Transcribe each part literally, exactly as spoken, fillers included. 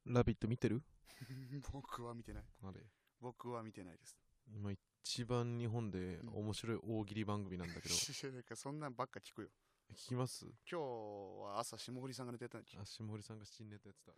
ラビット見てる？ 僕は見てない。 あれ僕は見てないです。 今一番日本で面白い大喜利番組なんだけど、 なんかそんなんばっか聞くよ。 聞きます？ 今日は朝霜降りさんが寝てたんだっけ。 あ、霜降りさんが新ネタやって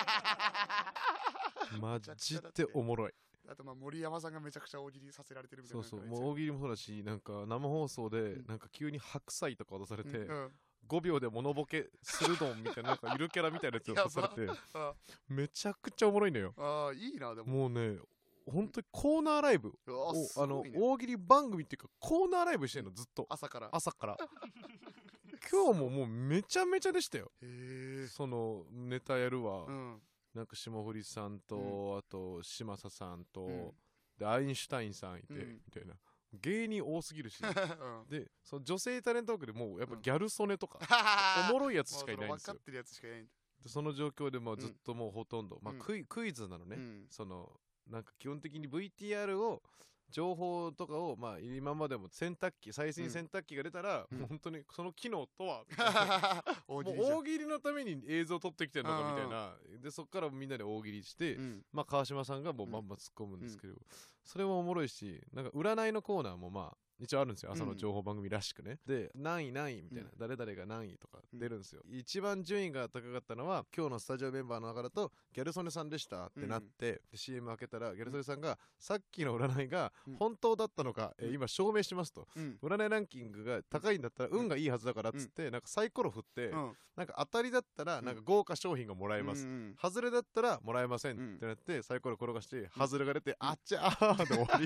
た。マジでおもろい。 あとまあ森山さんがめちゃくちゃ大喜利させられてるみたいな。 そうそう、もう大喜利もそうだし、なんか生放送でなんか急に白菜とか渡されて、 うんうん、 ごびょうでモノボケするどんみたいな、なんかゆるキャラみたいなやつを渡されてめちゃくちゃおもろいのよ。 ああいいな。でももうね、本当にコーナーライブを、 ね、 あの大喜利番組っていうかコーナーライブしてんの、ずっと朝から朝から今日ももうめちゃめちゃでしたよ。 へえ。 そのネタやるわ、 うん、なんか霜降りさんと、うん、あと嶋佐さんと、うん、でアインシュタインさんいて、うん、みたいな芸人多すぎるし、うん、でその女性タレント枠でもうやっぱギャル曽根とか、うん、おもろいやつしかいないんですよ。 分かってるやつしかいないんだ。 でその状況でまあずっともうほとんど、うん、まあクイ、クイズなのね、うん、そのなんか基本的に ブイティーアール を情報とかをまあ今までも洗濯機最新洗濯機が出たら、うん、もう本当にその機能とはみたいなもう大喜利のために映像撮ってきてるのかみたいなで、そっからみんなで大喜利して、うん、まあ川島さんがもうバンバン突っ込むんですけど、うん、それもおもろいし、なんか占いのコーナーもまあ一応あるんですよ、朝の情報番組らしくね、うん、で何位何位みたいな、うん、誰々が何位とか出るんですよ、うん、一番順位が高かったのは今日のスタジオメンバーの中だとギャル曽根さんでしたってなって、うん、で シーエム 開けたらギャル曽根さんが、うん、さっきの占いが本当だったのか、うん、え今証明しますと、うん、占いランキングが高いんだったら運がいいはずだからっつって、うん、なんかサイコロ振って、うん、なんか当たりだったらなんか豪華商品がもらえます、うん、外れだったらもらえませんってなってサイコロ転がして外れが出て、うん、あっちゃーで終わり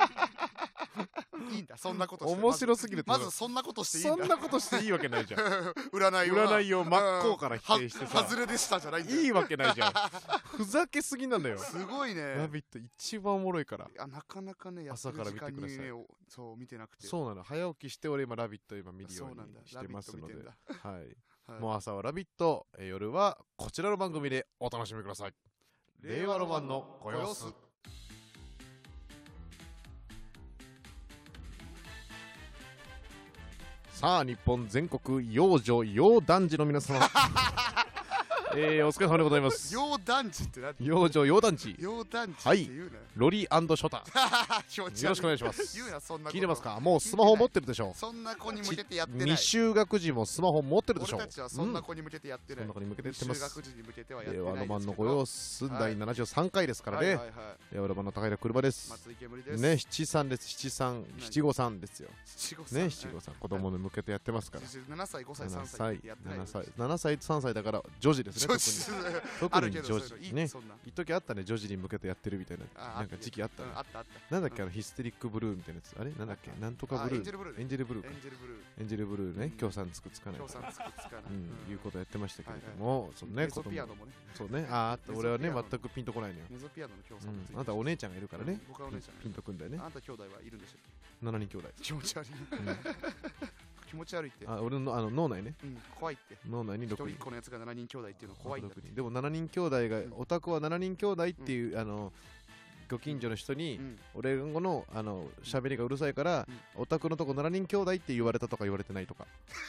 いいんだ、そんなことして面白すぎる。 まずそんなことしていいんだ。 そんなことしていいわけないじゃん占いを占いを真っ向から否定してさ、 外れでしたじゃないんだよ。 いいわけないじゃんふざけすぎなんだよ。 すごいね。 ラビット一番おもろいから。 いやなかなかね、 朝から見てください。 そう見てなくて。 そうなの、早起きして俺今ラビット今見るようにしてますので、はい、はい、もう朝はラビット、夜はこちらの番組でお楽しみください。令和ロマンのご様子。さあ日本全国幼女幼男児の皆様えー、お疲れ様でございます。 幼男児って何？ 幼女幼男児。 幼男児って言うな。 ロリー&ショタ。よろしくお願いします。 言うなそんなこと。 聞いてますか？もうスマホ持ってるでしょ。 そんな子に向けてやってない。 未就学児もスマホ持ってるでしょ。 俺たちはそんな子に向けてやってない。 そんな子に向けてやってます。 未就学児に向けてはやってないですけど。 令和ロマンのご様子だいななじゅうさんかいですからね。令和ロマンの高平車です。 松井煙です。 ね、七三です。七三七五三ですよ。ね、七五三子供に向けてやってますから。 ななさいごさいさんさいやってない。 ななさいななさいさんさいだから女児ですね。特に女児ね。一時あったね、女児に向けてやってるみたいななんか時期あったね。なんだっけ、あのヒステリックブルーみたいなやつ、あれなんだっけ、なんとかブルー、エンジェルブルー、エンジェルブルー、エンジェルブルーね、協賛つくつかないということやってましたけれども、そうね、子供そうね、ああ俺はね全くピンとこないのよ。 メゾピアノの協賛ついて、 あなたお姉ちゃんがいるからね、 僕はお姉ちゃんピンとくんだよね。 あなた兄弟はいるんでしょ。 ななにん兄弟。 気持ち悪い。気持ち悪いって。 あ、俺のあの脳内ね。 怖いって。 脳内にろくにん。 一人っ子のやつがななにん兄弟っていうの怖いんだ。 でもななにん兄弟が、オタクはななにん兄弟っていうあのご近所の人に、うん、俺のあの喋りがうるさいから、うん、オタクのとこななにん兄弟って言われたとか言われてないとか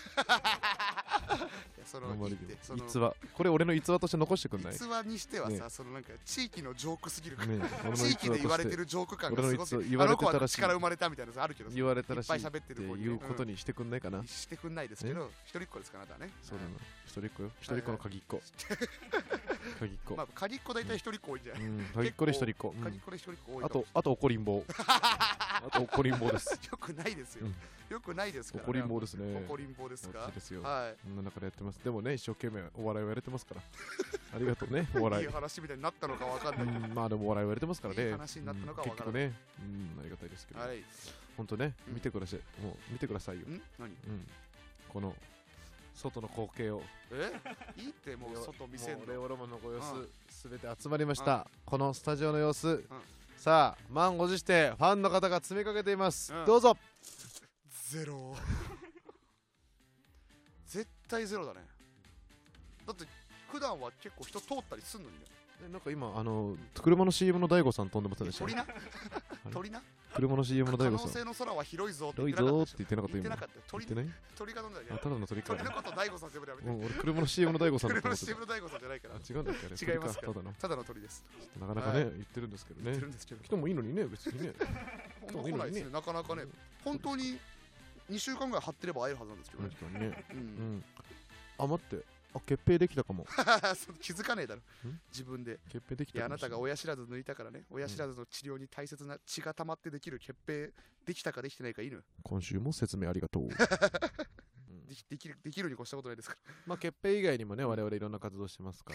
そのいいってその逸話、これ俺の逸話として残してくんない？ 逸話にしてはさ、ね、そのなんか地域のジョークすぎるから、ね、地域で言われてるジョーク感がすごく、言われてたらしい、あの子は口から生まれたみたいなのあるけど、 言われたらしいいっぱい喋ってる子に、 ね、いうことにしてくんないかな、 うん、してくんないですけど、一人っ子ですか、あなたはね。 そうなの、一人っ子よ、一人っ子の鍵っ子鍵っ子、 まあ鍵っ子大体一人っ子多いんじゃない、うん、 鍵っ子で一人っ子、 鍵っ子で一人っ子多い、 あとあと怒りん坊あと怒りん坊です。 よくないですよ、うん、よくないですから、 怒りん坊ですね。 怒りん坊ですか。 ですよ、 はい、 そんな中でやってます。でもね、一生懸命お笑いをやれてますからありがとうね、お笑い。 いい話みたいになったのかわかんないけど、 うん、まあでもお笑いをやれてますからね。 いい話になったのかわからない、うん、結局ね、うん、ありがたいですけど、はい、ほんとね、見てください、うん、もう見てくださいよ。ん何、 うん、この外の光景を。 えいいってもう外見せんの。 令和ロマンのご様子すべて集まりました、うん、このスタジオの様子、うん、さあ満を持してファンの方が詰めかけています、うん、どうぞ。 ゼロ絶対ゼロだね。だって普段は結構人通ったりすんのにね。 なんか今あの車の シーエム の大悟さん飛んでませんでした？ 鳥な鳥な車の シーエム の大悟さん。 可能性の空は広いぞって言ってなかった。広いぞって言ってなかった今。 言ってなかった。鳥言ってない？ 鳥が飲んだらあ、ただの鳥か。 鳥のこと大悟さんって呼ぶのやめて。 俺車の シーエム の大悟さんだと思ってた。 車の シーエム の大悟さんじゃないから。 違うんだっけあれ。 違いますから。 ただの。 ただの鳥です。 なかなかね言ってるんですけどね。人もいいのにね別にね。 人もいいのにね。なかなかね本当ににしゅうかんぐらい張ってれば会えるはずなんですけどね。 確かにね。うん。あ待って。あ、血平できたかも。 気づかねえだろ自分で。 血平できた。 いやあなたが親知らず抜いたからね。親知らずの治療に大切な血が溜まってできる血平できたかできてないかいいの。 今週も説明ありがとう。 でき、できるできるに越したことないですから。 まあ血平以外にもね我々いろんな活動してますから。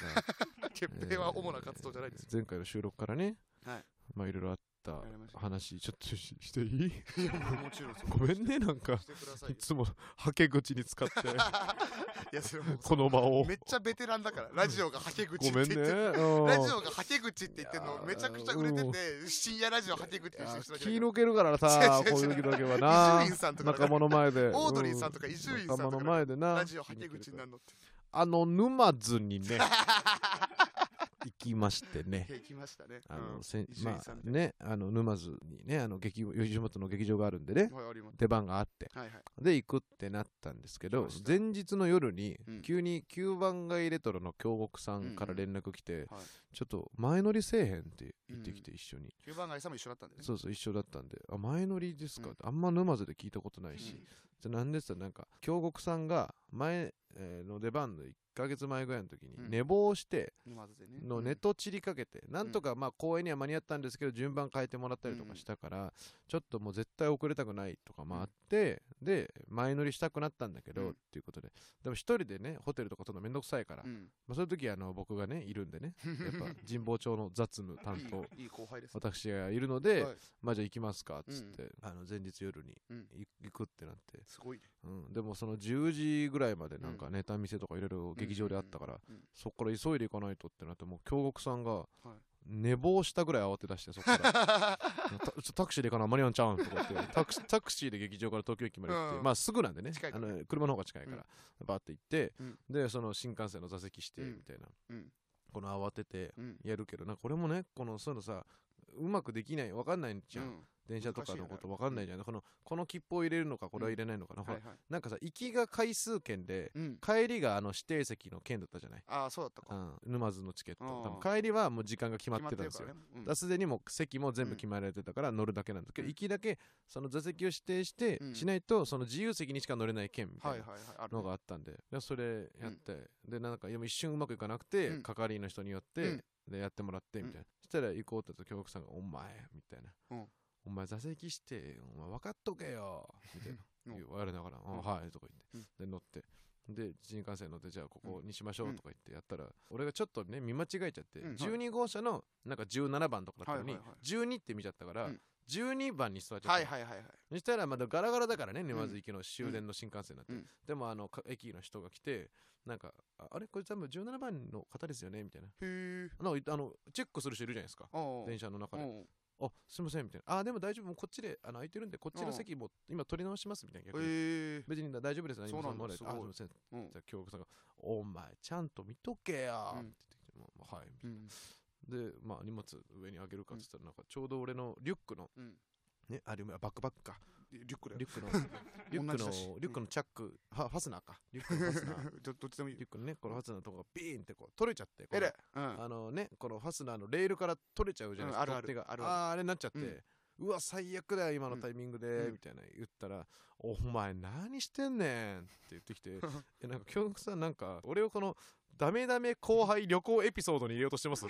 血平は主な活動じゃないです。 前回の収録からね。はい。まあいろいろあった話ちょっとししていい？ もちろん。 ごめんねなんかいつもはけ口に使って。いやそれもこの場をめっちゃベテランだからラジオがはけ口って言ってる、ラジオがはけ口って言ってるのめちゃくちゃ売れてて深夜ラジオはけ口ってしてる人だけ気抜けるからさこういう時だけはな伊集院さんとか仲間の前でオードリーさんとか伊集院さんとか仲間の前でなラジオはけ口になるのってあの沼津にね行きましてね。 行きましたね。 あの、せん、まあね、あの沼津にね、あの劇吉本の劇場があるんでね、出番があって、で行くってなったんですけど、前日の夜に急にきゅうばん街レトロの京極さんから連絡来て、ちょっと前乗りせえへんって言ってきて一緒に。 きゅうばん街さんも一緒だったんでね。 そうそう一緒だったんで、あ前乗りですかってあんま沼津で聞いたことないし、じゃなんでしたらなんか京極さんが前の出番のいっかげつまえぐらいの時に寝坊してのネット散りかけてなんとかまあ公演には間に合ったんですけど順番変えてもらったりとかしたからちょっともう絶対遅れたくないとかもあってで前乗りしたくなったんだけどっていうことででも一人でねホテルとか取るのめんどくさいからまあそういう時あの僕がねいるんでねやっぱ神保町の雑務担当私がいるのでまあじゃあ行きますかっつってあの前日夜に行くってなってすごいねでもそのじゅうじぐらいまでなんかネタ見せとかいろいろ劇場であったからそこから急いで行かないとってなってもう京極さんが寝坊したぐらい慌て出してそこからタクシーで行かな間に合うんちゃうんとか言ってタクタクシーで劇場から東京駅まで行ってまあすぐなんでねあの車の方が近いからバーって行ってでその新幹線の座席してみたいなこの慌ててやるけどなんかこれもねこのそういうのさうまくできない分かんないんじゃん電車とかのこと分かんないじゃん、うん、このこの切符を入れるのかこれは入れないのかな、うん、ほら、はいはい、なんかさ行きが回数券で、うん、帰りがあの指定席の券だったじゃないああそうだったか、 うん、沼津のチケット多分帰りはもう時間が決まってたんですよすで、ねうん、にも席も全部決まられてたから乗るだけなんだけど、うん、行きだけその座席を指定して、うん、しないとその自由席にしか乗れない券みたいなのがあったんで、でそれやって、うん、でなんか一瞬うまくいかなくて、うん、係員の人によって、うん、でやってもらってみたいな、うん、そしたら行こうって言ったら京極さんがお前みたいな、うんお前座席してお前分かっとけよみたいな言われながら「はい」とか言ってで乗ってで新幹線乗ってじゃあここにしましょうとか言ってやったら俺がちょっとね見間違えちゃってじゅうに号車のなんかじゅうななばんとかだったのにじゅうにって見ちゃったからじゅうにばんに座っちゃったそしたらまだガラガラだからね沼津行きの終電の新幹線になってでもあの駅の人が来てなんかあれこれ多分じゅうななばんの方ですよねみたいなへなんかあのチェックする人いるじゃないですか電車の中であすみませんみたいなあでも大丈夫もうこっちであの空いてるんでこっちの席も今取り直しますみたいな逆に、えー、別に大丈夫です何ももらえてあすみません、うん、じゃあ京極さんがお前ちゃんと見とけや、うん、って言ってきてはいみたいな、うん、でまあ荷物上にあげるかって言ったらなんかちょうど俺のリュックの、うん、ねあれバックパックかリュックだよリュックのリュックのリュックのチャックファスナーかリュックのファスナーど, どっちでもいいリュックのねこのファスナーのとこがビーンってこう取れちゃってえれ、 うん、あのねこのファスナーのレールから取れちゃうじゃないですか、うん、取っ手があるあるああれになっちゃって、うんうわ最悪だよ今のタイミングで、うん、みたいな言ったら「お前何してんねん」って言ってきてえなんか京極さんなんか俺をこのダメダメ後輩旅行エピソードに入れようとしてます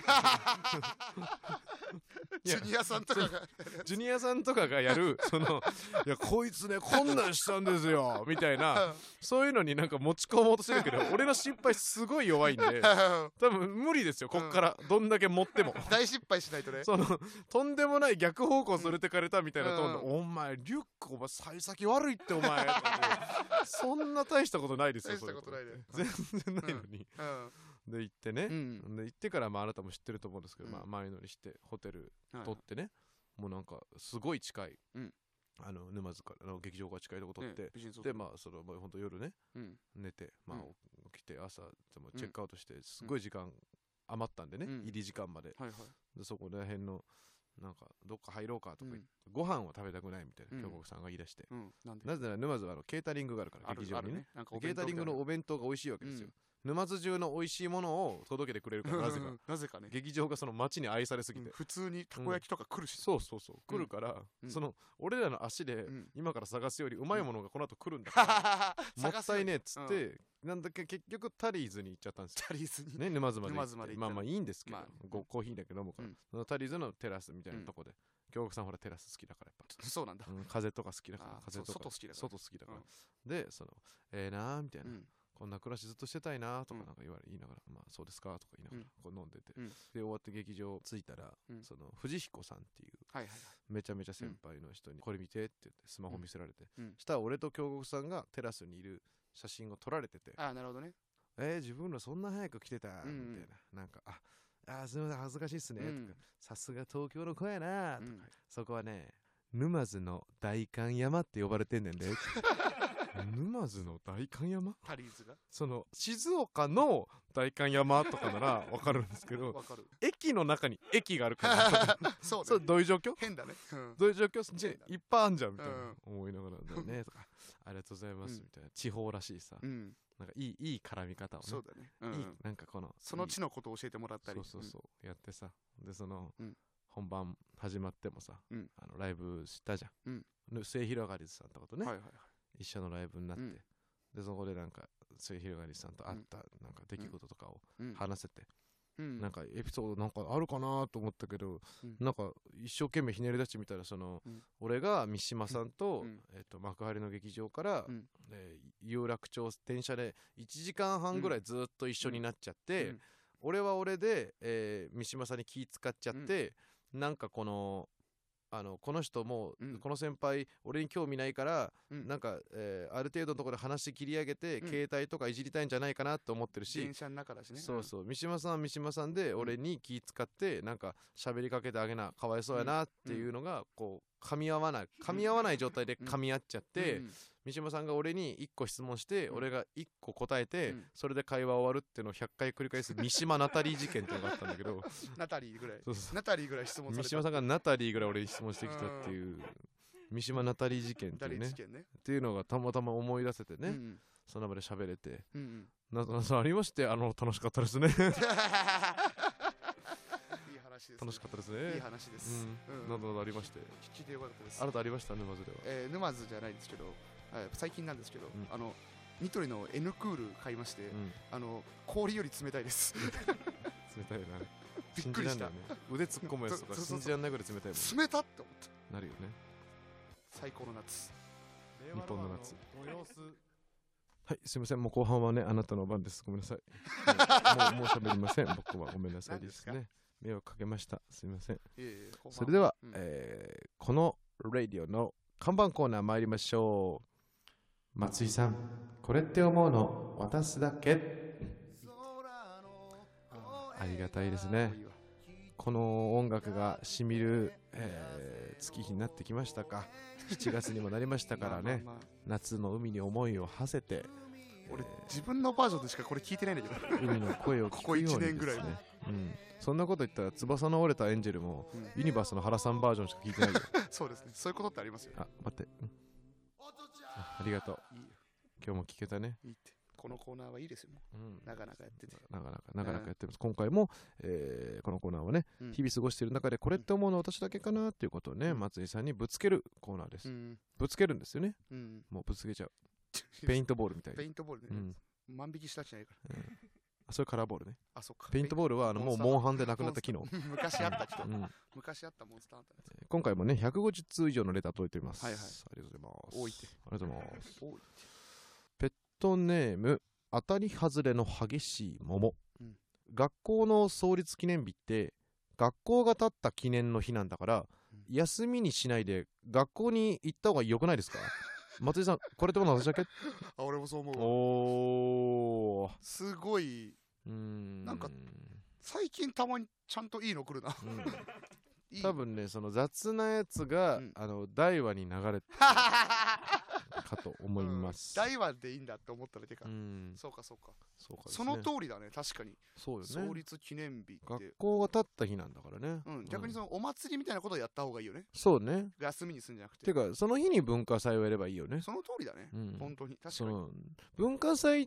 ジュニアさんとかがジュニアさんとかがやるそのいやこいつねこんなんしたんですよみたいなそういうのになんか持ち込もうとしてるけど俺の失敗すごい弱いんで多分無理ですよこっからどんだけ持っても大失敗しないとねそのとんでもない逆方向連れてかれたみたいなトーンで、うん、お前リュックお前幸先悪いってお前そんな大したことないですよ大したことないね全然ないのに、うんうんで行ってね、うん、で行ってからまああなたも知ってると思うんですけど、うん、まあ前乗りしてホテル取ってね、はい、もうなんかすごい近い、うん、あの沼津からの劇場が近いとこ取って、ね、でまあその本当夜ね、うん、寝てまあ起きて朝でもチェックアウトしてすごい時間余ったんでね、うん、入り時間まで、はいはい、でそこら辺のなんかどっか入ろうかとか言って、うん、ご飯は食べたくないみたいな京極さんが言い出して、うん、なんでなぜなら沼津はあのケータリングがあるから劇場に ね, ねケータリングのお弁当が美味しいわけですよ、うん、沼津中の美味しいものを届けてくれるからなぜかなぜかね劇場がその街に愛されすぎて、うん、 普通にたこ焼きとか来るし、 うん、そうそうそう来るから、うん、その俺らの足で今から探すよりうまいものがこの後来るんだから、うん、もったいねえっつって、うん、なんだっけ結局タリーズに行っちゃったんですよ。タリーズにね沼津まで行って、までまあまあいいんですけど、まあ、コーヒーだけ飲むから、うん、そのタリーズのテラスみたいなとこで、京極さんほらテラス好きだからやっぱそうなんだ、 うん、風とか好きだから風とか外好きだから外好きだから、うん、でそのええー、なーみたいな、うん、こんな暮らしずっとしてたいなとかなんか言われ言いながら、まあそうですかとか言いながらこう飲んでて、うん、で終わって劇場着いたら、うん、その藤彦さんっていう、はいはいはい、めちゃめちゃ先輩の人にこれ見てって言ってスマホ見せられて、うん、したら俺と京極さんがテラスにいる写真を撮られてて、 ああなるほどね、 えー、自分らそんな早く来てたみたいな、うんうん、なんかああすみません恥ずかしいっすね、うん、とかさすが東京の子やなとか、うん、そこはね沼津の代官山って呼ばれてんねんで沼津の代官山タリーズがその静岡の代官山とかなら分かるんですけど駅の中に駅があるからそう、ね、それどういう状況変だね、うん、 どういう状況じゃいっぱいあんじゃんみたいな、うん、思いながらだねとかありがとうございます、うん、みたいな地方らしいさ、うん、なんかいいいい絡み方をねそうだね、うん、 いいなんかこのその地のことを教えてもらったりそうそうそう、うん、やってさでその、うん、本番始まってもさ、うん、あのライブしたじゃん、うん、末広がりずさんとかとね、はいはいはい、一緒のライブになって、うん、でそこでなんか末広がりさんと会ったなんか出来事とかを話せて、うん、なんかエピソードなんかあるかなと思ったけど、うん、なんか一生懸命ひねり出してみたらその、うん、俺が三島さんと、うんえー、と幕張の劇場から、うんえー、有楽町電車でいちじかんはんぐらいずっと一緒になっちゃって、うん、俺は俺で、えー、三島さんに気使っちゃって、うん、なんかこのあのこの人も、うん、この先輩俺に興味ないから、うん、なんか、えー、ある程度のところで話切り上げて、うん、携帯とかいじりたいんじゃないかなと思ってるし電車の中だしねそうそう、うん、三島さんは三島さんで俺に気使ってなんか喋りかけてあげなかわいそうやなっていうのがこう噛み合わない噛み合わない状態で噛み合っちゃって、うんうん、三島さんが俺にいっこ質問して、うん、俺がいっこ答えて、うん、それで会話終わるっていうのをひゃっかい繰り返す三島ナタリー事件っていうのがあったんだけどナタリーぐらいそうそうナタリーぐらい質問された三島さんがナタリーぐらい俺に質問してきたっていう三島ナタリー事件っていう ね, ねっていうのがたまたま思い出せてね、うんうん、その場で喋れて、うんうん、なぞなぞありましてあの楽しかったですね楽しかったですね。 いい話です。 うん。などなどありまして。 聞いてよかったです。 あなたありました沼津では。 えー、沼津じゃないですけど、最近なんですけど、うん、あのニトリの N クール買いまして、うん、あの氷より冷たいです。 冷たいよな。びっくりした。ね、腕突っ込むやつとか信じられないぐらい冷たいもん。 冷たって思った。 なるよね。 最高の夏。 日本の夏。はい、すみません、もう後半はね、あなたの番です。ごめんなさい。もうもう喋りません。僕はごめんなさいですね。迷惑かけました。すみません。いえいえそれでは、うんえー、このラディオの看板コーナー参りましょう。松井さん、これって思うの渡すだけ。ありがたいですね。この音楽がしみる、えー、月日になってきましたか。しちがつにもなりましたからね。まあまあまあ夏の海に思いを馳せて。 俺、えー、自分のバージョンでしかこれ聞いてないんだけど。 海の声を聞くようにですね。ここいちねんぐらいも。うんそんなこと言ったら翼の折れたエンジェルも、うん、ユニバースの原さんバージョンしか聞いてないよそうですねそういうことってありますよ、ね、 あ待って、うん、あ, ありがとういいよ今日も聞けたねいいってこのコーナーはいいですよ、うん、なかなかやっててなかなかなかなかやってます、うん、今回も、えー、このコーナーはね、うん、日々過ごしている中でこれって思うの私だけかなっていうことをね、うん、松井さんにぶつけるコーナーです、うん、ぶつけるんですよね、うん、もうぶつけちゃうペイントボールみたいなペイントボールね、うん、万引きしたわけじゃないから、うんそれカラーボールね。 あ、そっか。 ペイントボールはあのもうモンハンでなくなった機能。 昔あった人、うん、昔あったモンスターハンターのやつ。 今回もねひゃくごじゅっつう以上のレター届いています。はいはい。ありがとうございます。 多いって。 ありがとうございます。多いって。ペットネーム当たり外れの激しい桃、うん。学校の創立記念日って学校が建った記念の日なんだから、うん、休みにしないで学校に行った方が良くないですか？松井さん、これってもの私だけ？ あ、俺もそう思う。 おー。 すごい。うーん。なんか、最近たまにちゃんといいの来るな。うん、 いい多分ね、その雑なやつが、うん、あの、大話に流れてるかと思います、 うん、だいわんでいいんだって思っただけか、 うん、 そうかそうか、 そうか、ね、 その通りだね、確かに。 そうよね、 創立記念日って学校が建った日なんだからね、 うん、逆にそのお祭りみたいなことをやった方がいいよね、 そうね、 休みにするんじゃなくて。 てかその日に文化祭をやればいいよね。 その通りだね、うん、本当に確かに。 文化祭って、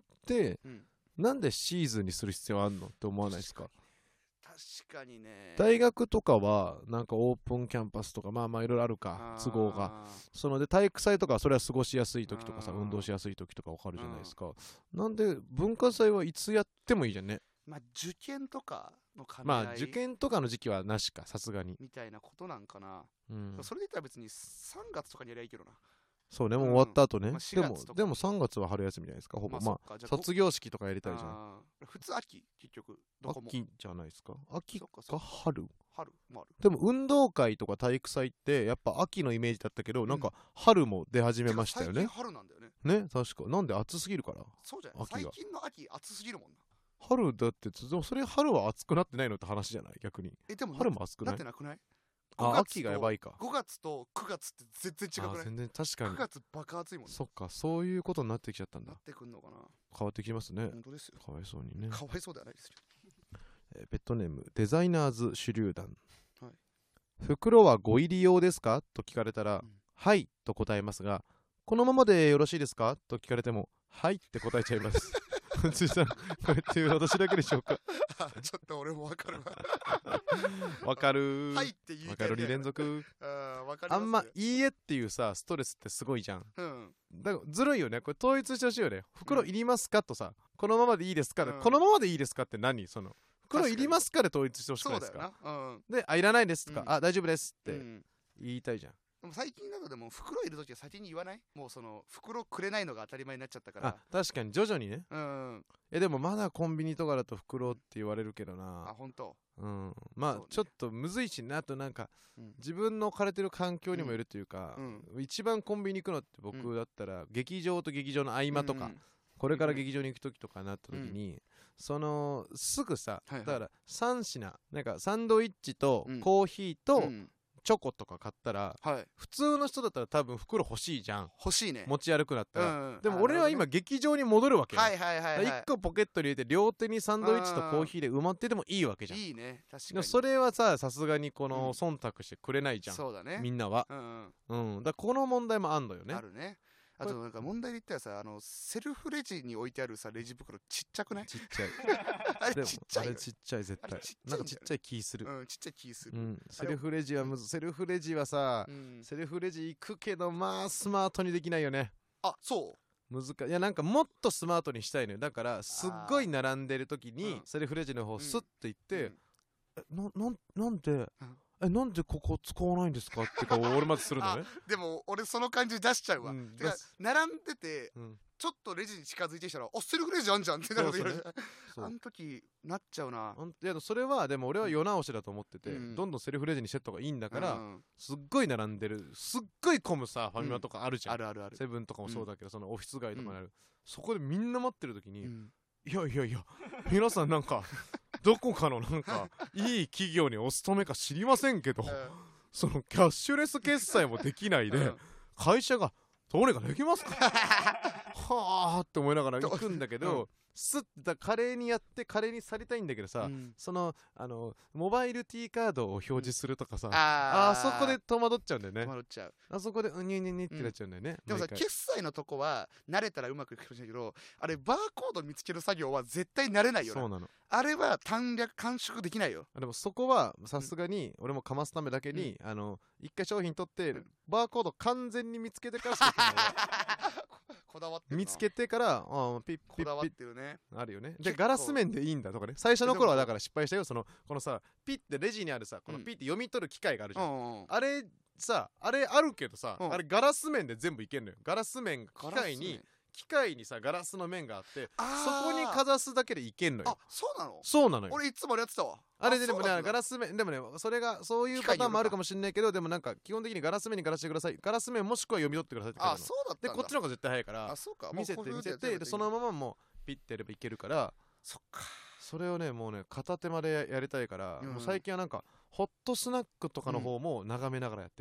うん、 なんでシーズンにする必要あんのって思わないですか。 確かにね。 大学とかはなんかオープンキャンパスとかまあまあいろいろあるか、都合が。そので体育祭とかそれは過ごしやすい時とかさ、運動しやすい時とかわかるじゃないですか。なんで文化祭はいつやってもいいじゃんね。 まあ受験とかの兼ね合い、まあ受験とかの時期はなしか、さすがにみたいなことなんかな、 うん、 それで言ったら別にさんがつとかにやりゃいいけどな。 そうね、もう終わった後ね、うん、まあ、 でもでもさんがつは春休みじゃないですか、ほぼ。まあ、まあ、卒業式とかやりたいじゃん。 普通秋、結局どこも秋じゃないですか。秋か春春もある。 でも運動会とか体育祭ってやっぱ秋のイメージだったけど、うん、なんか春も出始めましたよね。 最近春なんだよね。 ね、確か。なんで暑すぎるから。 そうじゃない。最近の秋暑すぎるもんな。 春だって、それ春は暑くなってないのって話じゃない、逆に。 え、でも春も暑くない。 なってなくない？ あ、秋がやばいか。 ごがつとくがつって全然違くない？ 全然確かに。 くがつバカ暑いもんね。 そっか、そういうことになってきちゃったんだ。 なってくんのかな。 変わってきますね。 本当ですよ。 かわいそうにね。 かわいそうではないですよ。 えー、ペットネームデザイナーズ手榴弾。 はい。 袋はご入り用ですかと聞かれたら、うん、はいと答えますが、このままでよろしいですかと聞かれても、はいって答えちゃいます。ついさん、こうやって私だけでしょうか。 ちょっと俺もわかるわ。 わかる。 はいって言いわかるに連続。 あ, わかります、ね、 あんまいいえっていうさ、ストレスってすごいじゃん。 うん。 だからずるいよね。これ統一してほしいよね。袋いりますかとさ、このままでいいですか、 うん、 このままでいいですかって何その。袋いりますかで統一してほしくないですか。 そうだよな。うん。 で、あ、いらないですとか、 うん、 あ、大丈夫ですって言いたいじゃん。 でも最近などでも袋いるときは先に言わない？もうその袋くれないのが当たり前になっちゃったから。 あ、確かに徐々にね。 うん。 え、でもまだコンビニとかだと袋って言われるけどな。 あ、本当。 うん。まあ、ね、ちょっとむずいしね。あとなんか、うん、自分の置かれてる環境にもよるというか、うんうん、一番コンビニ行くのって僕だったら、うん、劇場と劇場の合間とか、うんうん、これから劇場に行くときとかなったときに、うん、そのすぐさ、はいはい、だからさん品なんかサンドイッチとコーヒーと、うんうんチョコとか買ったら、はい、普通の人だったら多分袋欲しいじゃん。 欲しいね。 持ち歩くなったら、うんうん、でも俺は今劇場に戻るわけよ。 はいはいはいはい、 いっこポケットに入れて両手にサンドイッチとコーヒーで埋まっててもいいわけじゃん。 いいね、確かに。 でもそれはさ、さすがにこの忖度してくれないじゃん、 うん、そうだね、 みんなは。うんうん、うん、だからこの問題もあんのよね。 あるね。あとなんか問題で言ったらさ、あのセルフレジに置いてあるさレジ袋ちっちゃくない？ ちっちゃい。 あれちっちゃい。 あれちっちゃい絶対。なんかちっちゃい気する。 うん、ちっちゃい気する。 うん、セルフレジはむず、セルフレジはさ、うん、セルフレジ行くけどまあスマートにできないよね。 あ、そう。 難しい。いやなんかもっとスマートにしたいのよ。だからすっごい並んでる時にセルフレジの方スッて行って、うんうん、な、な、なんで。うんえ、なんでここ使わないんですかってか俺まずするのね。 でも俺その感じ出しちゃうわ、うん、てか並んでて、うん、ちょっとレジに近づいてきたらあセルフレジあんじゃんってなるのよ。あの時なっちゃうな。 いやそれはでも俺は世直しだと思ってて、うん、どんどんセルフレジにしてった方がいいんだから、うん、すっごい並んでるすっごい混むさファミマとかあるじゃん、うん、 あるあるある。 セブンとかもそうだけど、そのオフィス街とかにある、そこでみんな待ってる時に、いやいやいや皆さんなんかどこかのなんかいい企業にお勤めか知りませんけど、うん、そのキャッシュレス決済もできないで、うん、会社がどれかできますかはあって思いながら行くんだけど、うん、スッて華麗にやって華麗にされたいんだけどさ、うん、そのあのモバイル T カードを表示するとかさ、うん、あ, あそこで戸惑っちゃうんだよね。 戸惑っちゃう。 あそこでうにゅにゅにってなっちゃうんだよね、 うん、でもさ決済のとこは慣れたらうまくいくかもしれないけど、あれバーコード見つける作業は絶対慣れないよな。 そうなの。 あれは短略短縮できないよ。 でもそこはさすがに俺もかますためだけに、うん、あの一回商品取って、うん、バーコード完全に見つけてからこだわってるな。 見つけてからあピッピッピッこだわってるね。 あるよね。でガラス面でいいんだとかね。最初の頃はだから失敗したよ。そのこのさピッてレジにあるさこのピッて読み取る機械があるじゃん、うんうん、あれさあれあるけどさ、うん、あれガラス面で全部いけんのよ。ガラス面機械に機械にさガラスの面があってそこにかざすだけでいけんのよ。 あ、そうなの？ そうなのよ。 俺いつもあれやってたわ。 あれででもねガラス面でもねそれがそういうパターンもあるかもしれないけど、でもなんか基本的にガラス面にガラスしてください、ガラス面もしくは読み取ってくださいって書いてあるの。 あ、そうだったんだ。 でこっちの方が絶対早いから、 あ、そうか、 見せて見せてでそのままもうピッてやればいけるから。 そっか。 それをねもうね片手間でやりたいから、うん、もう最近はなんかホットスナックとかの方も眺めながらやってるの。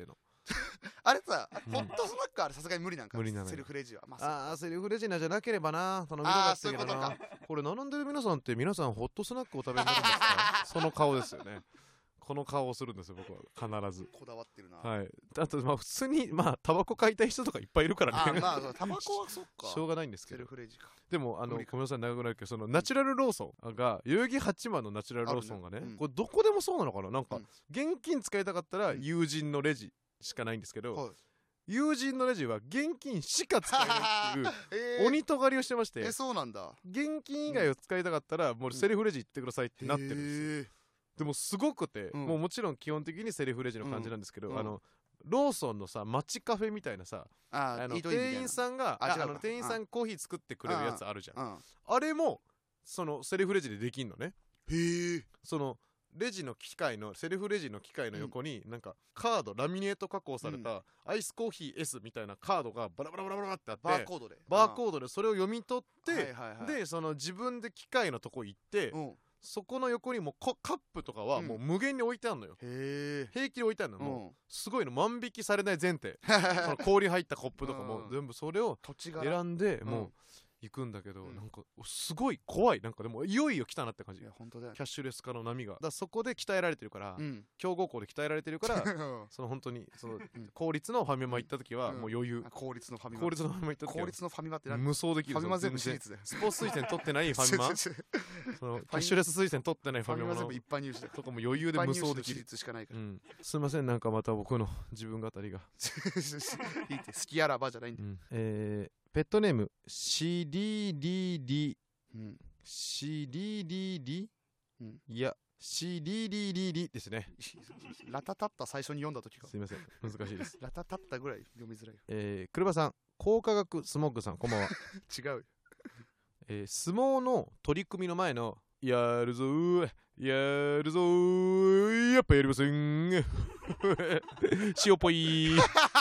あれさ、ホットスナックあれさすがに無理なんか、 無理なのよセルフレジは。まああ、セルフレジなじゃなければな、頼みたかったけどな。 あーそういうこれ並んでる皆さんって皆さんホットスナックを食べになるんですか？その顔ですよね。この顔をするんですよ、僕は必ず。 こだわってるな。 はい。あとまあ普通にまあタバコ買いたい人とかいっぱいいるからね。 あーまあそうタバコはそっか。 しょうがないんですけどセル。フレジか。 でもあの無理かごめんなさい長くなるけど、そのナチュラルローソンが代々木八幡のナチュラルローソンがねあるねうんこれどこでもそうなのかな、なんかうん現金使いたかったらうん友人のレジしかないんですけど、 はい友人のレジは現金しか使えないっていうえー鬼尖りをしてましてえ、そうなんだ。 現金以外を使いたかったらもうセルフレジ行ってくださいってなってるんですよ。 へーでもすごくて、 うんもうもちろん基本的にセルフレジの感じなんですけど、 うんあのローソンのさ街カフェみたいなさ、 あーあのイートインみたいな店員さんがあ違うかああの店員さんコーヒー作ってくれるやつあるじゃん。 うん。 あれもそのセルフレジでできんのね。 へえ。 そのレジの機械のセルフレジの機械の横になんかカードラミネート加工されたアイスコーヒー S みたいなカードがバラバラバラバラってあって、 バーコードで。 バーコードでそれを読み取って、 はいはいはいでその自分で機械のとこ行って、 うん。 そこの横にもうこカップとかはもう無限に置いてあるのよ。 へえ。 平気で置いてあるの、 うんもうすごいの万引きされない前提その氷入ったコップとかもうん全部それを土地が。 選んでうんもう行くんだけど、 うんなんかすごい怖い、なんかでもいよいよ来たなって感じ。 いや本当だよキ。ャッシュレス化の波がだからそこで鍛えられてるから、 うん。 強豪校で鍛えられてるからその本当にその公立のファミマ行った時はもう余裕、 あ公立のファミマ。 公立のファミマ行った時は公立のファミマって何？ 無双できるファミマ全部全然私立だよ。 スポーツ推薦取ってないファミマフそのキャッシュレス推薦取ってないファミマのァミマ全部一般入試だよ。 とかも余裕で無双でき私る。 立しかないから。 うん、すいませんなんかまた僕の自分語りが、 いいって好きあらばじゃないんだよ。 うんえー、ペットネームシリリリうん。 シリリリ、 うんいやシリリリリですね。 ラタタッタ最初に読んだ時か。 すいません難しいですラタタッタぐらい読みづらいよ。 えー、車さん高化学スモッグさんこんばんは、 違うよ。 えー、相撲の取り組みの前のやるぞーやるぞーやっぱやりません塩ぽい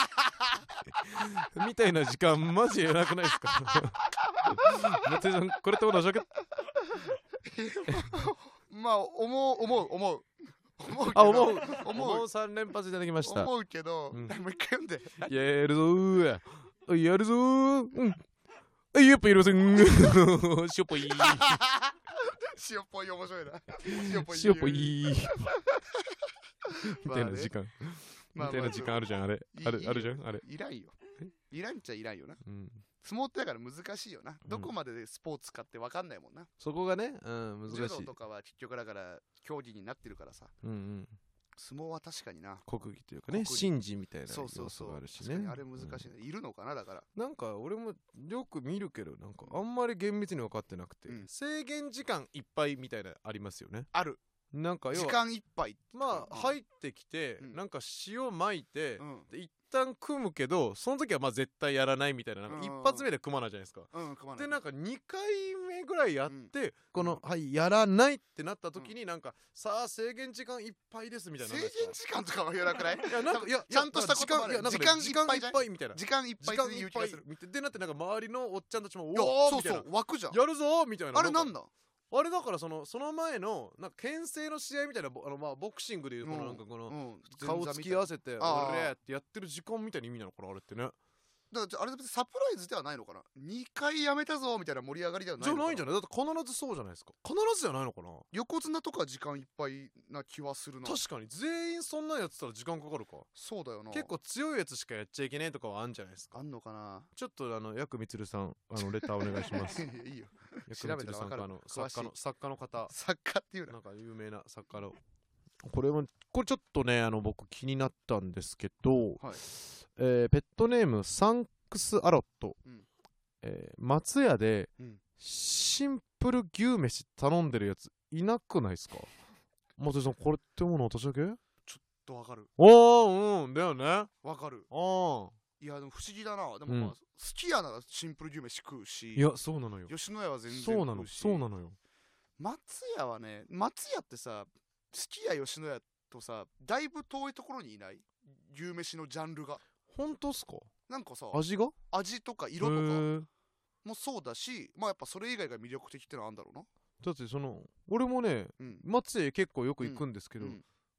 みたいな時間マジ偉くないですか松井さんこれって同じわけ。 まあ思う思う思う思うけどあ思う思う思うさん連発いただきました。 思うけど、 うんもう一回読んで。 やるぞーやるぞーうんやっぱやりません塩ぽい塩っぽい面白いな。塩っぽい塩ぽいみたいな時間みまあたいな時間あるじゃんあれあるいいあるじゃんあれ。 いらんよ。いらんっちゃいらんよな。 うん相撲ってだから難しいよな。どこまでスポーツかって分かんないもんな。 そこがね、うん、難しい。 柔道とかは結局だから競技になってるからさ。 うんうん、 相撲は確かにな。 国技というかね、 国技神事みたいなそうそうそう。 要素があるし確かにね。 あれ難しいね。いるのかなだから。 なんか俺もよく見るけど、なんかあんまり厳密に分かってなくて、 うん制限時間いっぱいみたいなのありますよね。 ある。 なんか要は時間いっぱい。 まあうん入ってきて、 うんなんか塩巻いて、 うん。 で一旦組むけどその時はまあ絶対やらないみたいな、なんか一発目で組まないじゃないですか。 うん、組まない。 でなんかにかいめぐらいやって、 うんこの、はいやらないってなった時になんか、さあ制限時間いっぱいですみたいな。 制限時間とかは言わなくない？ いやなんかいやちゃんとした時言葉で間いやなんかね時間いっ時間いっぱいじゃんぱいみたいな。 時間いっぱい時間っていっぱい言う気がする。 みたいでなってなんか周りのおっちゃんたちもいやおおみたいなそうそう、枠じゃん。 やるぞーみたいな。かあれなんだ？ あれだからそのその前のなんか牽制の試合みたいな、ぼあのまあボクシングでいうこのなんかこのうん、 顔つき合わせてあー俺ってやってる時間みたいな意味なのかなあれってね。 だからあれ別にサプライズではないのかな。にかいやめたぞみたいな盛り上がりではないのかな。 じゃないんじゃない？だって必ずそうじゃないですか。必ずじゃないのかな。 横綱とか時間いっぱいな気はするな。 確かに全員そんなんやってたら時間かかるか。 そうだよな。 結構強いやつしかやっちゃいけないとかはあんじゃないですか。 あんのかな。 ちょっとあのヤクミツルさんあのレターお願いします。 いいよ。 ヤクミツルさんかあの詳しい作家の作家の方、 作家っていうな。 なんか有名な作家の。これもこれちょっとねあの僕気になったんですけど、 はい。 えーペットネームサンクスアロット、 うんえー松屋でうんシンプル牛飯頼んでるやついなくないですか？松井さんこれってもの私だけ？ とわかる。 おーうんだよね。あわかる。 あいやでも不思議だな。でもうんまあ、好きやならシンプル牛飯食うし。 いやそうなのよ。 吉野家は全然食うし。 そうなのそうなのよ。 松屋はね、松屋ってさ、すき家吉野家とさ、だいぶ遠いところにいない？牛飯のジャンルが。 本当っすか？ なんかさ、 味が？ 味とか色とかへーもそうだし、まあやっぱそれ以外が魅力的ってのはあるんだろうな。 だってその俺もねうん。 松屋結構よく行くんですけど、 うん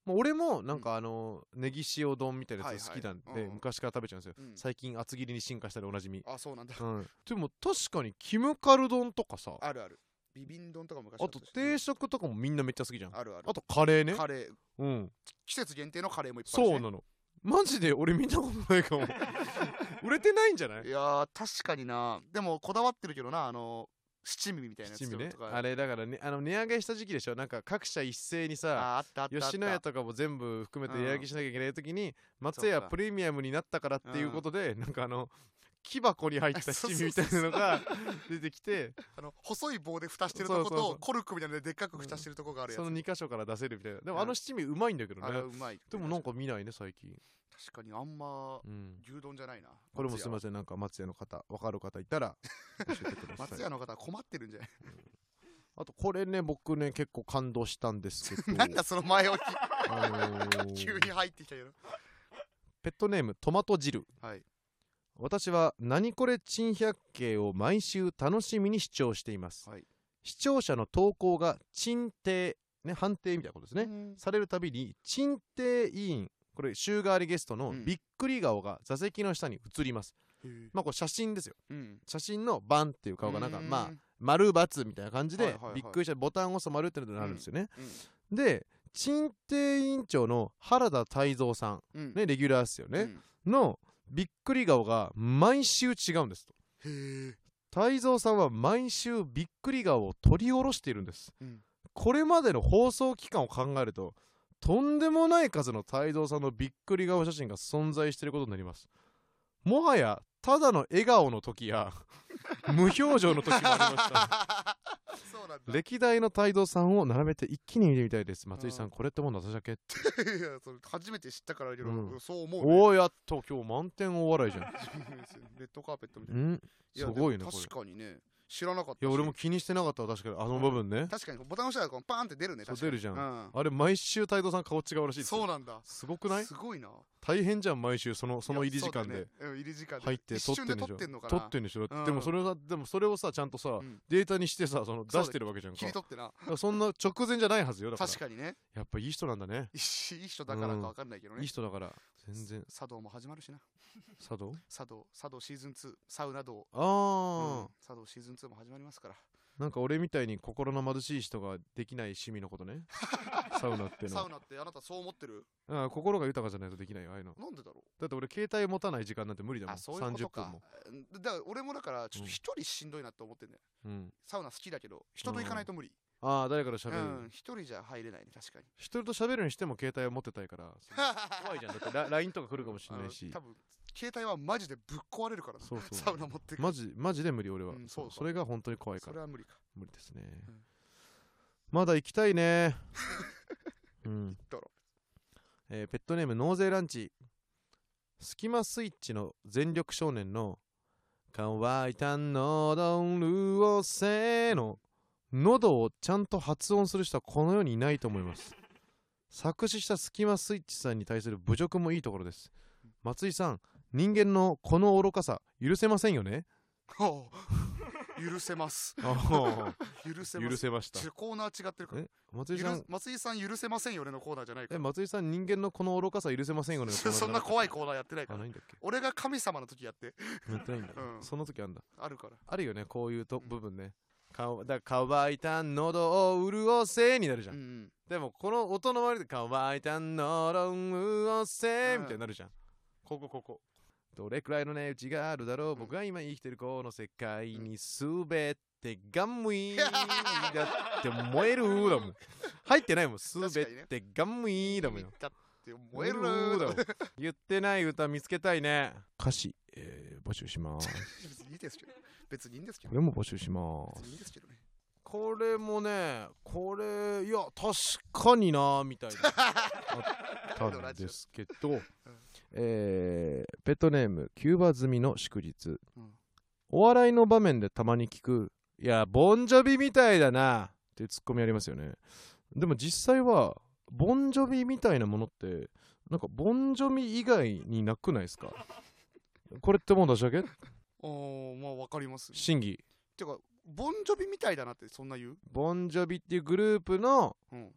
まあ、俺もなんかあのネギ塩丼みたいなやつ好きなんで、はいはい、昔から食べちゃうんですよ、うん、最近厚切りに進化したでおなじみ。 あ、そうなんだ、 うん、でも確かにキムカル丼とかさ、 あるある、ビビン丼とか昔あと定食とかもみんなめっちゃ好きじゃん。 あるある。 あとカレーね、 カレー、 うん、 季節限定のカレーもいっぱいあるし、ね、 そうなの、マジで俺見たことないかも売れてないんじゃない？ いやー確かにな。でもこだわってるけどな、あの七味みたいなやつとか、ね、 あれだからね、あの値上げした時期でしょ、なんか各社一斉にさ、 あったあったあった、 吉野家とかも全部含めて値上げしなきゃいけない時に、うん、松屋プレミアムになったからっていうことで、うん、なんかあの木箱に入った七味みたいなのが出てきてあの細い棒で蓋してるとことコルクみたいなのででっかく蓋してるとこがあるやつ、 うん、そのに箇所から出せるみたいな。でもあの七味うまいんだけどね、 うまい。 でもなんか見ないね最近。 確かにあんま、うん、牛丼じゃないな。 これもすみません、なんか松屋の方分かる方いたら教えてください松屋の方は困ってるんじゃない、うん、 あとこれね僕ね結構感動したんですけどなんだその前置き、あのー、急に入ってきたけど。 ペットネームトマト汁、 はい、 私は何これ珍百景を毎週楽しみに視聴しています、はい、視聴者の投稿が鎮定、ね、判定みたいなことですね、されるたびに鎮定委員、これ週替わりゲストのびっくり顔が座席の下に映ります、うん、まあこれ写真ですよ、うん、写真のバンっていう顔がなんかまあ丸×みたいな感じでびっくりしたボタンを押すと丸ってのになるんですよね、うんうん、で鎮定委員長の原田泰造さん、うん、ね、レギュラーですよね、うん、のびっくり顔が毎週違うんですと。へー。泰造さんは毎週びっくり顔を取り下ろしているんです、うん、これまでの放送期間を考えるととんでもない数の泰造さんのびっくり顔写真が存在していることになります。もはやただの笑顔の時や無表情の時もありましたそうなんだ。歴代の泰造さんを並べて一気に見てみたいです。松井さん、これってもんださじゃけっていやそれ初めて知ったからだけど、うん、そう思う、 ね、おおやっと今日満点お笑いじゃんレッドカーペットみたいな、んすごいね。 確かにね、知らなかった。 いや俺も気にしてなかったわ。確かにあの部分ね、うん、 確かにボタン押したらこうパーンって出るね。 そう出るじゃん、うん、あれ毎週泰造さん顔違うらしいですよ。 そうなんだ。 すごくない？ すごいな。 大変じゃん毎週そのその入り時間で、 ね、入り時間で入って撮ってんでしょ。 撮ってんのかな。 撮ってんでしょ、うん、でもそれはでもそれをさちゃんとさ、うん、データにしてさその出してるわけじゃんか。 切り取ってな。 そんな直前じゃないはずよ。だから確かにね。 やっぱいい人なんだね。 いい人だからか分かんないけどね、 うん、いい人だから全然。 茶道も始まるしな。 茶道茶道茶道シーズンツー、サウナ道。 ああ、 うん、茶道シーズンツーも始まりますから。 なんか俺みたいに心の貧しい人ができない趣味のことねサウナってのサウナってあなたそう思ってる？ ああ、心が豊かじゃないとできないよああいうの。 なんでだろう。 だって俺携帯持たない時間なんて無理だもん。あ、そういうことか。さんじゅっぷんも。 だから俺もだからちょっと一人しんどいなって思ってんだよ、うん、サウナ好きだけど人と行かないと無理、 うん、ああ誰から喋る、うん、 一人じゃ入れないね。確かに一人と喋るにしても携帯を持ってたいから怖いじゃん。だって ライン とか来るかもしれないし、 多分携帯はマジでぶっ壊れるからな。そうそうサウナ持ってくる。 マジマジで無理俺は、うん、そうそれが本当に怖いから。 それは無理か。 無理ですね、うん、まだ行きたいねうんえー、ペットネームノーゼーランチ。スキマスイッチの全力少年の乾いた喉潤せの喉をちゃんと発音する人はこの世にいないと思います。作詞したスキマスイッチさんに対する侮辱もいいところです。松井さん、人間のこの愚かさ許せませんよね。 許せます許せます。 許せました。 コーナー違ってるから。え松井さん松井さん許せませんよねのコーナーじゃないか。 え松井さん人間のこの愚かさ許せませんよねのコーナーそんな怖いコーナーやってないから。 あ、ないんだっけ。 俺が神様の時やってやってないんだ、うん、その時あんだ。 あるから。 あるよねこういうと、うん、部分ね。かだ乾いた喉を潤せになるじゃん、うんうん、でもこの音の周りで乾いた喉を潤せみたいになるじゃん、うん、ここここどれくらいの値打ちがあるだろう、うん、僕が今生きてるこの世界にすべてガムイだって燃えるだもん入ってないもん。すべてガムイだもんよ。 だって燃えるだもん言ってない歌見つけたいね。歌詞、えー、募集します別にいいですけど別にいいんですけどこれも募集します。 別にいいですけどね。 これもねこれいや確かになみたいなあったんですけど、うんえー、ペットネームキューバ済みの祝日、うん、お笑いの場面でたまに聞くいやボンジョビみたいだなっていうツッコミありますよね。でも実際はボンジョビみたいなものってなんかボンジョビ以外になくないですかこれってもう出し上げ。 あーまあわかります、ね、 審議てかボンジョビみたいだなってそんな言う。 ボンジョビっていうグループの、うん、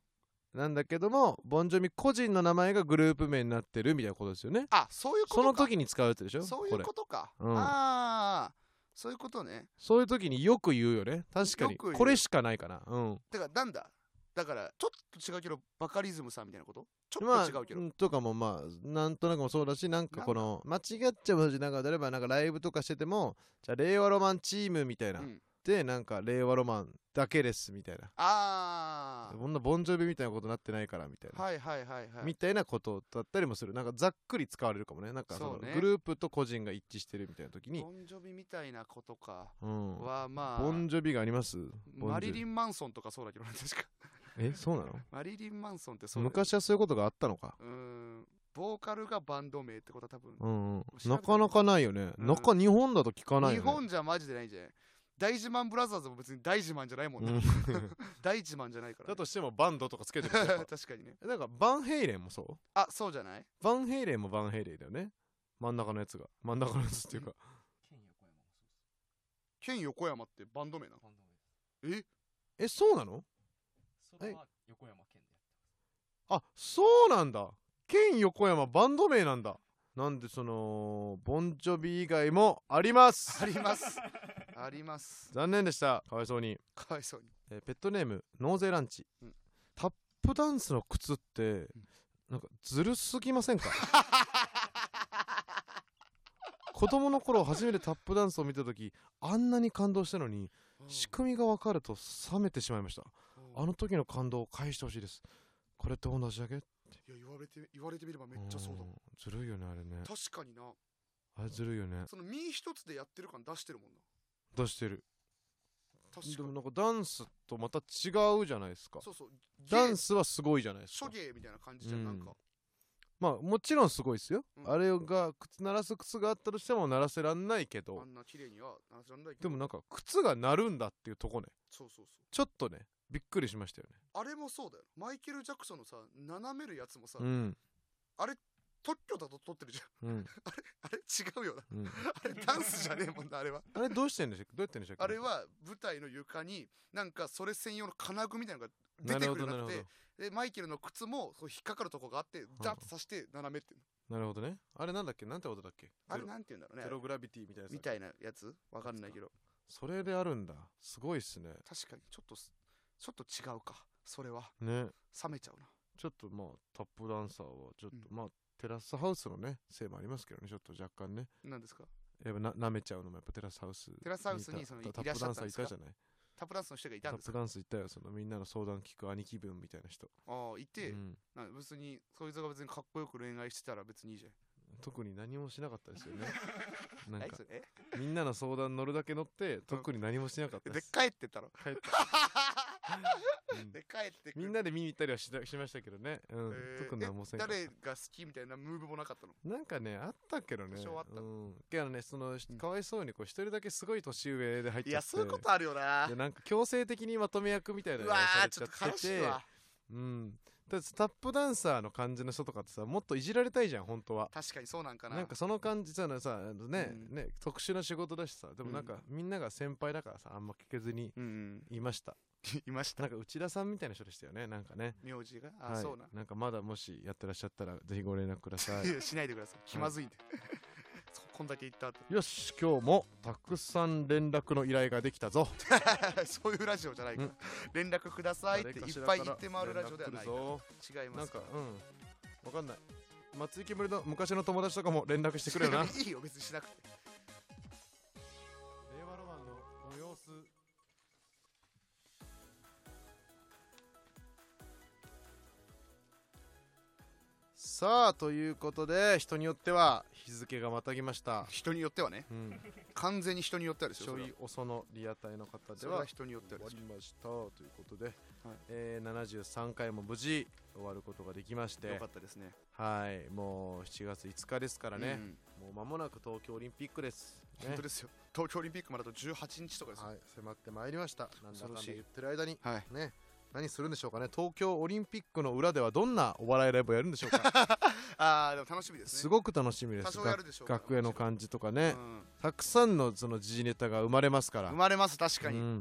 なんだけどもボンジョビ個人の名前がグループ名になってるみたいなことですよね。 あ、そういうことか。 その時に使うやつでしょ。 そういうことか、 うん、 ああそういうことね。 そういう時によく言うよね。確かにこれしかないかな。うん。 てかなんだだからちょっと違うけどバカリズムさんみたいなこと、ちょっと違うけど、 まあ、とかもまあなんとなくもそうだし、なんかこの間違っちゃう文字なんかであればなんかライブとかしてても、じゃあ令和ロマンチームみたいな、うん、でなんか令和ロマンだけですみたいな、 ああこんなボンジョビみたいなことになってないからみたいな、 はいはいはいはいみたいなことだったりもする。なんかざっくり使われるかもね。なんかそのグループと個人が一致してるみたいな時にボンジョビみたいなことか、 うん、 はまあボンジョビがあります。 マリリン・マンソンとかそうだけどね、確かえ、そうなの？ マリリン・マンソンってそうだ、 昔はそういうことがあったのか。 うーん、ボーカルがバンド名ってことは多分、 うんうん、なかなかないよね、うん、なんか日本だと聞かないよね。 日本じゃマジでないんじゃない。大自慢ブラザーズも別に大自慢じゃないもんね、うん、大自慢じゃないから、ね、 だとしてもバンドとかつけてるし確かにね。 なんかバンヘイレンもそう。 あ、そうじゃない。 バンヘイレンもバンヘイレンだよね。真ん中のやつが真ん中のやつっていうかケン横山ってバンド名なの？ええ、そうなの？ それは横山健でやってます。あ、そうなんだ。ケン横山バンド名なんだ。なんでそのボンジョビ以外もありますありますあります。 残念でした。かわいそうにかわいそうに、 えー、ペットネームノーゼランチ、うん、タップダンスの靴って、うん、なんかずるすぎませんか？子供の頃初めてタップダンスを見た時あんなに感動したのに、仕組みが分かると冷めてしまいました。あの時の感動を返してほしいです。これって同じだけ？いや、 言われて言われてみればめっちゃそうだ。 ずるいよねあれね。 確かにな。 あれずるいよね。 その身一つでやってる感出してるもんな。 出してる。 確かに。 でもなんかダンスとまた違うじゃないですか。 そうそう。 ダンスはすごいじゃないですか。 初芸みたいな感じじゃん、うん、なんか。 まあもちろんすごいですよ、うん、あれが靴鳴らす靴があったとしても鳴らせらんないけど、 あんな綺麗には鳴らせらんないけど、 でもなんか靴が鳴るんだっていうとこね。 そうそうそう、 ちょっとねびっくりしましたよね。 あれもそうだよ。マイケル・ジャクソンのさ斜めるやつもさ、 うん、 あれ特許だと撮ってるじゃん、うん、あれあれ違うよな、うん、あれダンスじゃねえもんなあれは。あれどうしてんでしょう、どうやってんでしょう。 あれは舞台の床になんかそれ専用の金具みたいなのが出てくるようになって、でマイケルの靴もそう引っかかるとこがあってダッと刺して斜めってんの。 なるほどね。あれなんだっけ、なんてことだっけ。 あれなんて言うんだろうね。 ゼログラビティみたいなやつみたいなやつわかんないけど、 それであるんだ。すごいっすね。 確かにちょっとちょっと違うか、それはね。 冷めちゃうな。 ちょっとまあタップダンサーはちょっと、うん、まあテラスハウスのねせいもありますけどね、ちょっと若干ね。 何ですか。 やっぱな舐めちゃうのもやっぱテラスハウステラスハウスにそのいらっしゃったんですか。 タップダンサーいたじゃない。 タップダンスの人がいたんですか。 タップダンスいたよ。そのみんなの相談聞く兄貴分みたいな人。 ああいて、うん、なん別にそいつが別にかっこよく恋愛してたら別にいいじゃん。 特に何もしなかったですよね。なんかみんなの相談乗るだけ乗って特に何もしなかったです。 で帰ってたの。 帰ってうん、で帰ってみんなで見に行ったりは し, しましたけどね、うん、えー、特に何もせんかった。 誰が好きみたいなムーブもなかったの。 なんかねあったけどね。 あった、 うん、けどねその、うん、かわいそうにこう一人だけすごい年上で入っちゃって。 いやそういうことあるよな。 でなんか強制的にまとめ役みたいなのがされちゃってて、うん、だタップダンサーの感じの人とかってさもっといじられたいじゃん本当は。 確かにそうなんかな。 なんかその感じささね、うん、ね特殊な仕事だしさ、でもなんか、うん、みんなが先輩だからさあんま聞けずにいました、 うん、いました。 なんか内田さんみたいな人でしたよね、なんかね名字が。あ、 はい、 そうな。 なんかまだもしやってらっしゃったらぜひご連絡ください。 しないでください、気まずいんで、はいこんだけ言った後。 よし今日もたくさん連絡の依頼ができたぞ。 そういうラジオじゃないから、連絡くださいっていっぱい言って回るラジオではないから。違います。 なんかうんわかんない。松井けむりの昔の友達とかも連絡してくれよな。 いいよ別にしなくて。 令和ロマンのご様子。さあということで人によっては日付がまたぎました。 人によってはね、うん、完全に人によってはですよ。 ちょい遅のリアタイの方では人によっては終わりましたということで、はい、えー、ななじゅうさんかいも無事終わることができまして、 よかったですね。 はい、もうしちがついつかですからね、うん、もう間もなく東京オリンピックです、 ね、本当ですよ。東京オリンピックまであとじゅうはちにちとかですよ、 はい、迫ってまいりました。なんだかんだ言ってる間に、 はい、 ね、何するんでしょうかね。東京オリンピックの裏ではどんなお笑いライブをやるんでしょうか。 あーでも楽しみですね。 すごく楽しみです。 多少やるでしょうか。 楽屋の感じとかね、 うん、 たくさんのその時事ネタが生まれますから。 生まれます確かに、うん、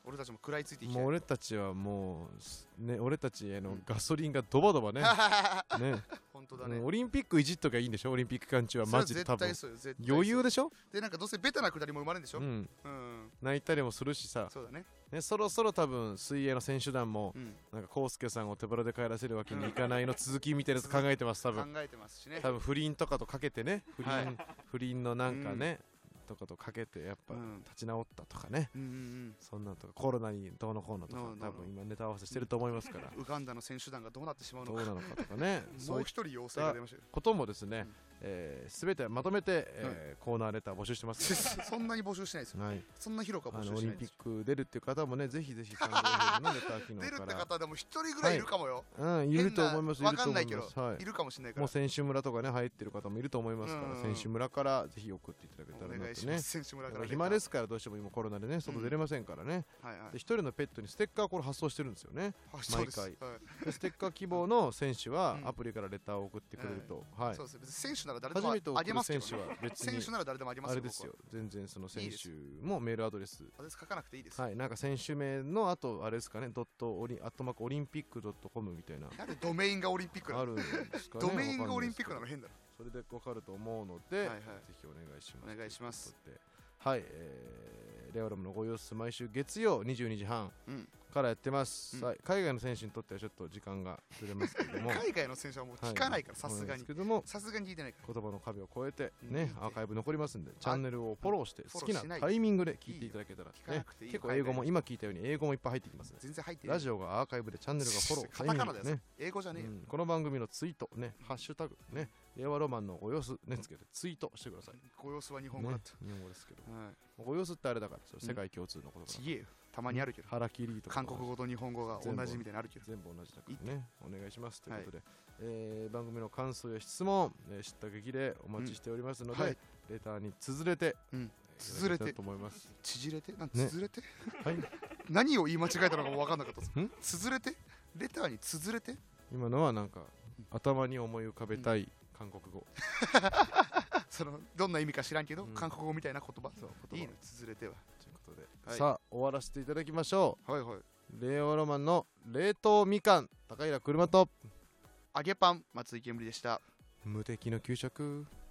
俺たちも食らいついていきたい。 もう俺たちはもうね、俺たちへのガソリンがドバドバね、ね、 本当だね、 うん、オリンピックいじっときゃいいんでしょ、オリンピック期間中はマジで多分絶対そうよ、絶対そう余裕でしょ。 でなんかどうせベタなくだりも生まれるんでしょ、 ううん、 ん、泣いたりもするしさ、 そうだね、 ね、そろそろ多分水泳の選手団も、 うん、 なんか康介さんを手ぶらで帰らせるわけにいかないの続きみたいなやつ考えてます、多分考えてますしね、 多分不倫とかとかけてね、不倫、 はい不倫のなんかね、とかとかけてやっぱうん立ち直ったとかね、 うんうんうんそんなんとかコロナにどうのこうのとかなるほど多分今ネタ合わせしてると思いますからウガンダの選手団がどうなってしまうのか、 どうなのかとかねそういっもう一人陽性が出ましたよ。 こともですねうん、 えー、全てまとめて、えーコーナーレター募集してますそんなに募集しないですよ。 はい、 そんな広くは募あ集のオリンピッしないです。 ク出るっていう方もね、ぜひぜひサンド エフエム のレター機能出るってから方でも一人ぐらいいるかもよ。 うん、いると思います、いわると思いかんないけどます、はいい、るかもしれないから。 もう選手村とかね入ってる方もいると思いますから、 うん選手村からぜひ送っていただけたおらなとね願いします。選手村から。 暇ですからどうしても今コロナでね外出れませんからね、 はいはいで一人のペットにステッカーをこれ発送してるんですよね。 あそうです毎回はいでステッカー希望の選手はうんアプリからレターを送ってくれると、はいそうです。別に選手なら誰でも初めて送あげますけどる選手は別に選手なら誰でもあげますよ。 あれですよ、全然その選手もメールアドレス、 僕はアドレス書かなくていいです。 はい、なんか選手名のあとあれですかね、ドットオリアットマークオリンピックドットコムみたいななんでドメインがオリンピックなの？ あるんですかね。 ドメインがオリンピックなわかんないですけどの変だろ。 それでわかると思うので、 はいはいぜひお願いします。 お願いしますということではい、えー、レオラムのご様子毎週月曜にじゅうにじはんうん。 からやってます、 うんはい、海外の選手にとってはちょっと時間がずれますけども海外の選手はもう聞かないから、さすがにです。けどもさすがに聞いてないから。 言葉の壁を越えてうんいいってねアーカイブ残りますんでチャンネルをフォローしてフォ好きなローしないタイミングで聞いていただけたら聞かねなくていい結構英語も今聞いたように英語もいっぱい入ってきますね。 全然入ってない。 ラジオがアーカイブでチャンネルがフォローカタカナだよ、 ね、 英語じゃねえよ。 うんこの番組のツイートねハッシュタグね令和ロマンのご様子ねつけてツイートしてください。 ご様子は日本語だった。 ね日本語ですけどはいご様子ってあれだからそれ世界共通の言葉だからちげえよ。たまにあるけど。 腹切りとか韓国語と日本語が同じみたいなのあるけど。 全部同じだからねお願いしますということで、えー番組の感想や質問、えー知った激励お待ちしておりますので、 うんはいレターに綴れてうん。 い綴れてただけたらと。思います。 縮れてなんね綴れてはい、 何を言い間違えたのかも分かんなかったですん綴れてレターに綴れて今のはなんか頭に思い浮かべたい韓国語、 そのどんな意味か知らんけど、 うん韓国語みたいな言葉そう言葉いいの綴れてはということで、 はいさあ終わらせていただきましょはいはいう令和ロマンの冷凍みかん高平車と揚げパン松井煙でした無敵の給食